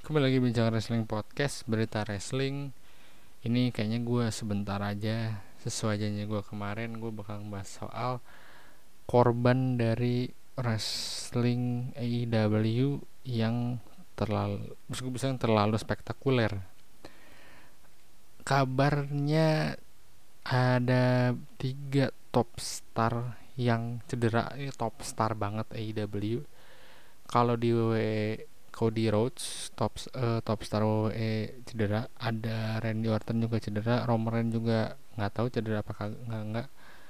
Kembali lagi bincang wrestling podcast, berita wrestling. Ini kayaknya gue sebentar aja, sesuai janji gue kemarin, gue bakal bahas soal korban dari wrestling AEW yang terlalu spektakuler. Kabarnya ada 3 top star yang cedera, ini top star banget AEW. Kalau di WWE Cody Rhodes top star WWE cedera, ada Randy Orton juga cedera, Roman Reigns juga nggak tahu cedera apa nggak.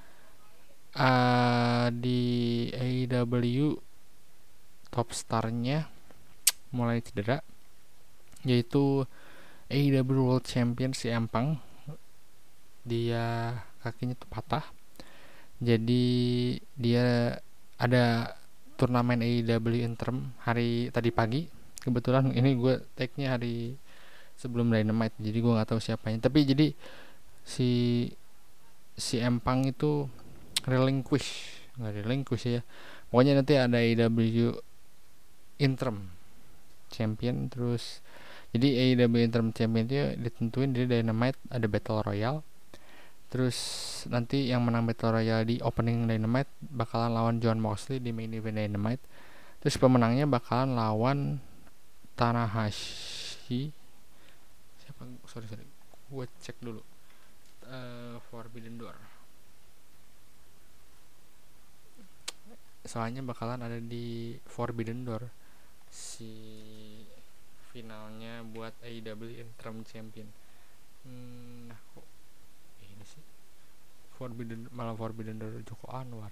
Di AEW top starnya mulai cedera, yaitu AEW World Champion si Empang. Dia kakinya tuh patah, jadi dia ada turnamen AEW interim hari tadi pagi. Kebetulan ini gue tag-nya hari sebelum Dynamite, jadi gue nggak tahu siapanya. Tapi jadi si si Empang itu nggak relinquish ya. Pokoknya nanti ada AEW interim champion. Terus jadi AEW interim champion itu ditentuin di Dynamite, ada battle royale. Terus nanti yang menang battle royale di opening Dynamite bakalan lawan John Moxley di main event Dynamite. Terus pemenangnya bakalan lawan Tanahashi. Siapa? Sorry, gue cek dulu. Forbidden Door. Soalnya bakalan ada di Forbidden Door si finalnya buat AEW Interim Champion. Nah kok ini sih Forbidden Door Joko Anwar.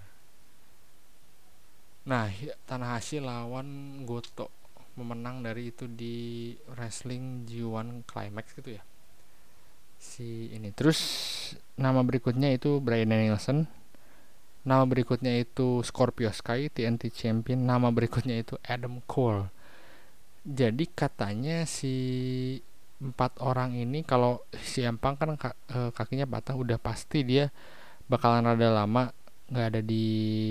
Nah, Tanahashi lawan Goto, memenang dari itu di Wrestling G1 Climax gitu ya. Si ini. Terus nama berikutnya itu Bryan Danielson. Nama berikutnya itu Scorpio Sky, TNT Champion. Nama berikutnya itu Adam Cole. Jadi katanya si 4 orang ini, kalau si Empang kan kakinya patah, udah pasti dia bakalan rada lama nggak ada di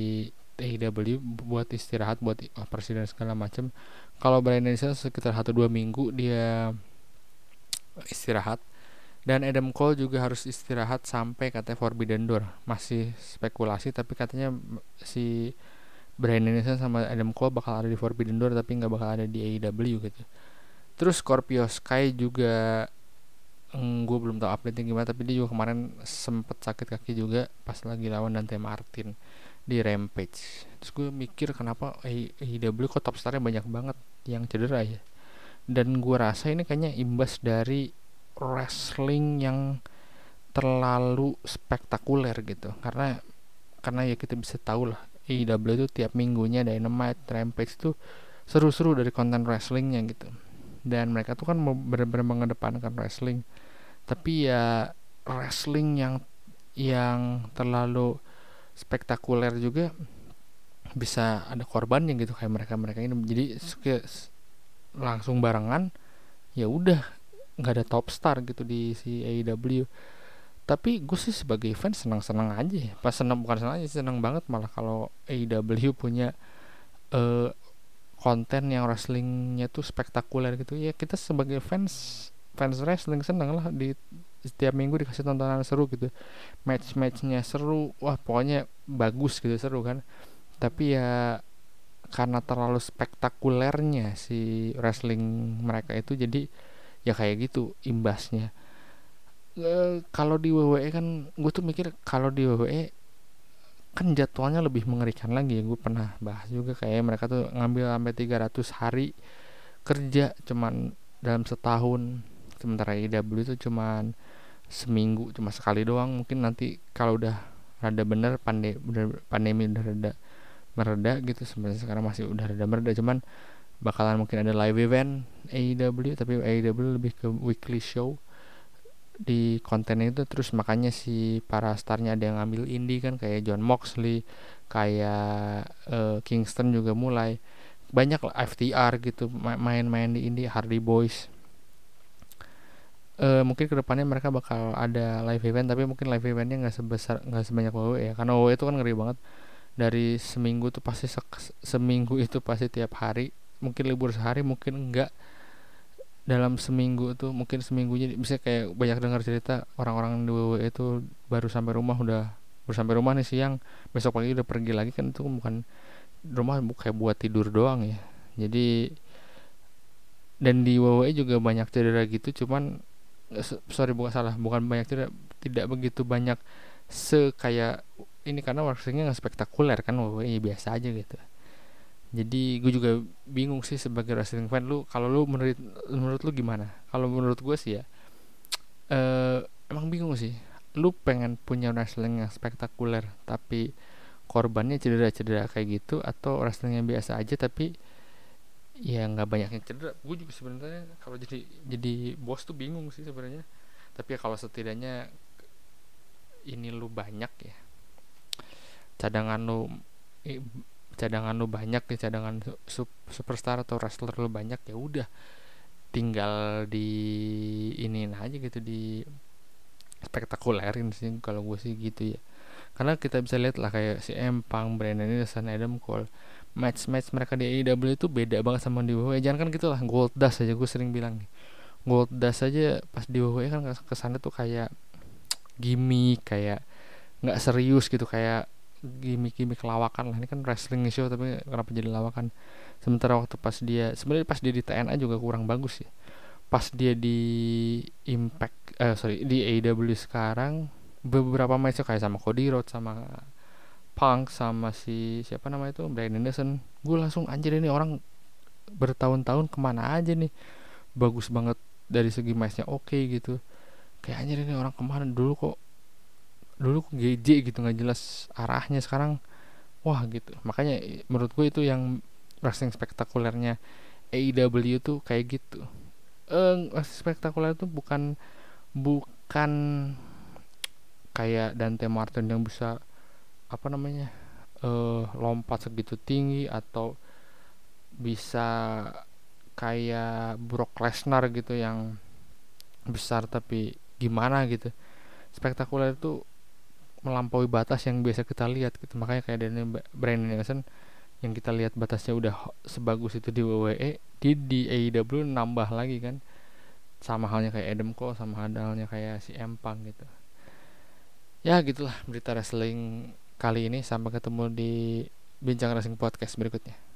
AEW buat istirahat, buat operasi dan segala macam. Kalau Bryan Danielson sekitar 1-2 minggu dia istirahat, dan Adam Cole juga harus istirahat sampai katanya Forbidden Door. Masih spekulasi, tapi katanya si Bryan Danielson sama Adam Cole bakal ada di Forbidden Door, tapi nggak bakal ada di AEW gitu. Terus Scorpio Sky juga gue belum tahu update-nya gimana, tapi dia juga kemarin sempet sakit kaki juga pas lagi lawan Dante Martin di Rampage. Terus gue mikir kenapa AEW kok top starnya banyak banget yang cedera ya. Dan gue rasa ini kayaknya imbas dari wrestling yang terlalu spektakuler gitu. Karena ya kita bisa tahu lah, AEW itu tiap minggunya Dynamite, Rampage itu seru-seru dari konten wrestlingnya gitu. Dan mereka tuh kan benar-benar mengedepankan wrestling, tapi ya wrestling yang terlalu spektakuler juga bisa ada korbannya gitu, kayak mereka ini. Jadi langsung barengan, ya udah nggak ada top star gitu di si AEW. Tapi gue sih sebagai fans senang-senang aja ya. Pas senang, bukan senang aja, senang banget malah kalau AEW punya uh, konten yang wrestlingnya tuh spektakuler gitu ya. Kita sebagai fans wrestling seneng lah di setiap minggu dikasih tontonan seru gitu, matchnya seru, wah pokoknya bagus gitu, seru kan. Tapi ya karena terlalu spektakulernya si wrestling mereka itu, jadi ya kayak gitu imbasnya. Kalau di WWE kan gue tuh mikir, kalau di WWE kan jadwalnya lebih mengerikan lagi ya. Gue pernah bahas juga, kayak mereka tuh ngambil sampai 300 hari kerja cuman dalam setahun, sementara IW itu cuman seminggu, cuma sekali doang. Mungkin nanti kalau udah rada bener pandemi udah rada mereda gitu, sebenarnya sekarang masih udah rada mereda, cuman bakalan mungkin ada live event AEW, tapi AEW lebih ke weekly show di kontennya itu. Terus makanya si para starnya ada yang ngambil indie kan, kayak John Moxley, kayak Kingston juga mulai banyak lah FTR gitu main-main di indie, Hardy Boys. Mungkin kedepannya mereka bakal ada live event, tapi mungkin live eventnya nggak sebanyak WWE ya, karena WWE itu kan ngeri banget. Dari seminggu tuh pasti seminggu itu pasti tiap hari, mungkin libur sehari, mungkin enggak. dalam seminggu tuh, mungkin seminggunya bisa kayak banyak dengar cerita orang-orang di WWE itu baru sampai rumah udah baru sampai rumah nih siang, besok pagi udah pergi lagi, kan itu bukan rumah, kayak buat tidur doang ya. Jadi dan di WWE juga banyak cedera gitu, cuman sorry bukan salah, bukan banyak cedera, tidak begitu banyak kayak ini, karena wrestlingnya nggak spektakuler kan, WWE biasa aja gitu. Jadi gue juga bingung sih sebagai wrestling fan, lu kalau lu menurut lu gimana? Kalau menurut gue sih ya, eh emang bingung sih. Lu pengen punya wrestling yang spektakuler tapi korbannya cedera-cedera kayak gitu, atau wrestling yang biasa aja tapi ya nggak banyak yang cedera. Gue juga sebenarnya kalau jadi bos tuh bingung sih sebenarnya. Tapi ya kalau setidaknya ini lu banyak ya, cadangan lu cadangan lu banyak nih, cadangan superstar atau wrestler lu banyak, ya udah tinggal di ini aja gitu, di spektakulerin sih kalau gue sih gitu ya. Karena kita bisa lihat lah kayak si Empang, Brandon Anderson, Adam Cole, match-match mereka di AEW itu beda banget sama di WWE. Jangan kan gitu lah, Goldust aja gue sering bilang nih, Goldust aja pas di WWE kan kesannya tuh kayak gimmick, kayak nggak serius gitu, kayak gimmick-gimmick lawakan lah. Ini kan wrestling show tapi kenapa jadi lawakan. Sementara waktu pas dia sebenarnya pas dia di TNA juga kurang bagus ya. Pas dia di Impact di AEW sekarang, beberapa match kayak sama Cody Rhodes, sama Punk, sama si siapa namanya itu Bryan Danielson, gue langsung anjir ini orang bertahun-tahun kemana aja nih, bagus banget dari segi matchnya, oke gitu, kayak anjir ini orang kemana, dulu kok GJ gitu nggak jelas arahnya, sekarang wah gitu. Makanya menurut gue itu yang wrestling spektakulernya AEW tuh kayak gitu. Wrestling spektakuler tuh bukan kayak Dante Martin yang bisa apa namanya lompat segitu tinggi, atau bisa kayak Brock Lesnar gitu yang besar tapi gimana gitu. Spektakuler itu melampaui batas yang biasa kita lihat gitu. Makanya kayak Bryan Danielson yang kita lihat batasnya udah sebagus itu di WWE, di AEW nambah lagi kan. Sama halnya kayak Adam Cole, sama halnya kayak si Empang gitu. Ya gitulah berita wrestling kali ini. Sampai ketemu di Bincang Wrestling Podcast berikutnya.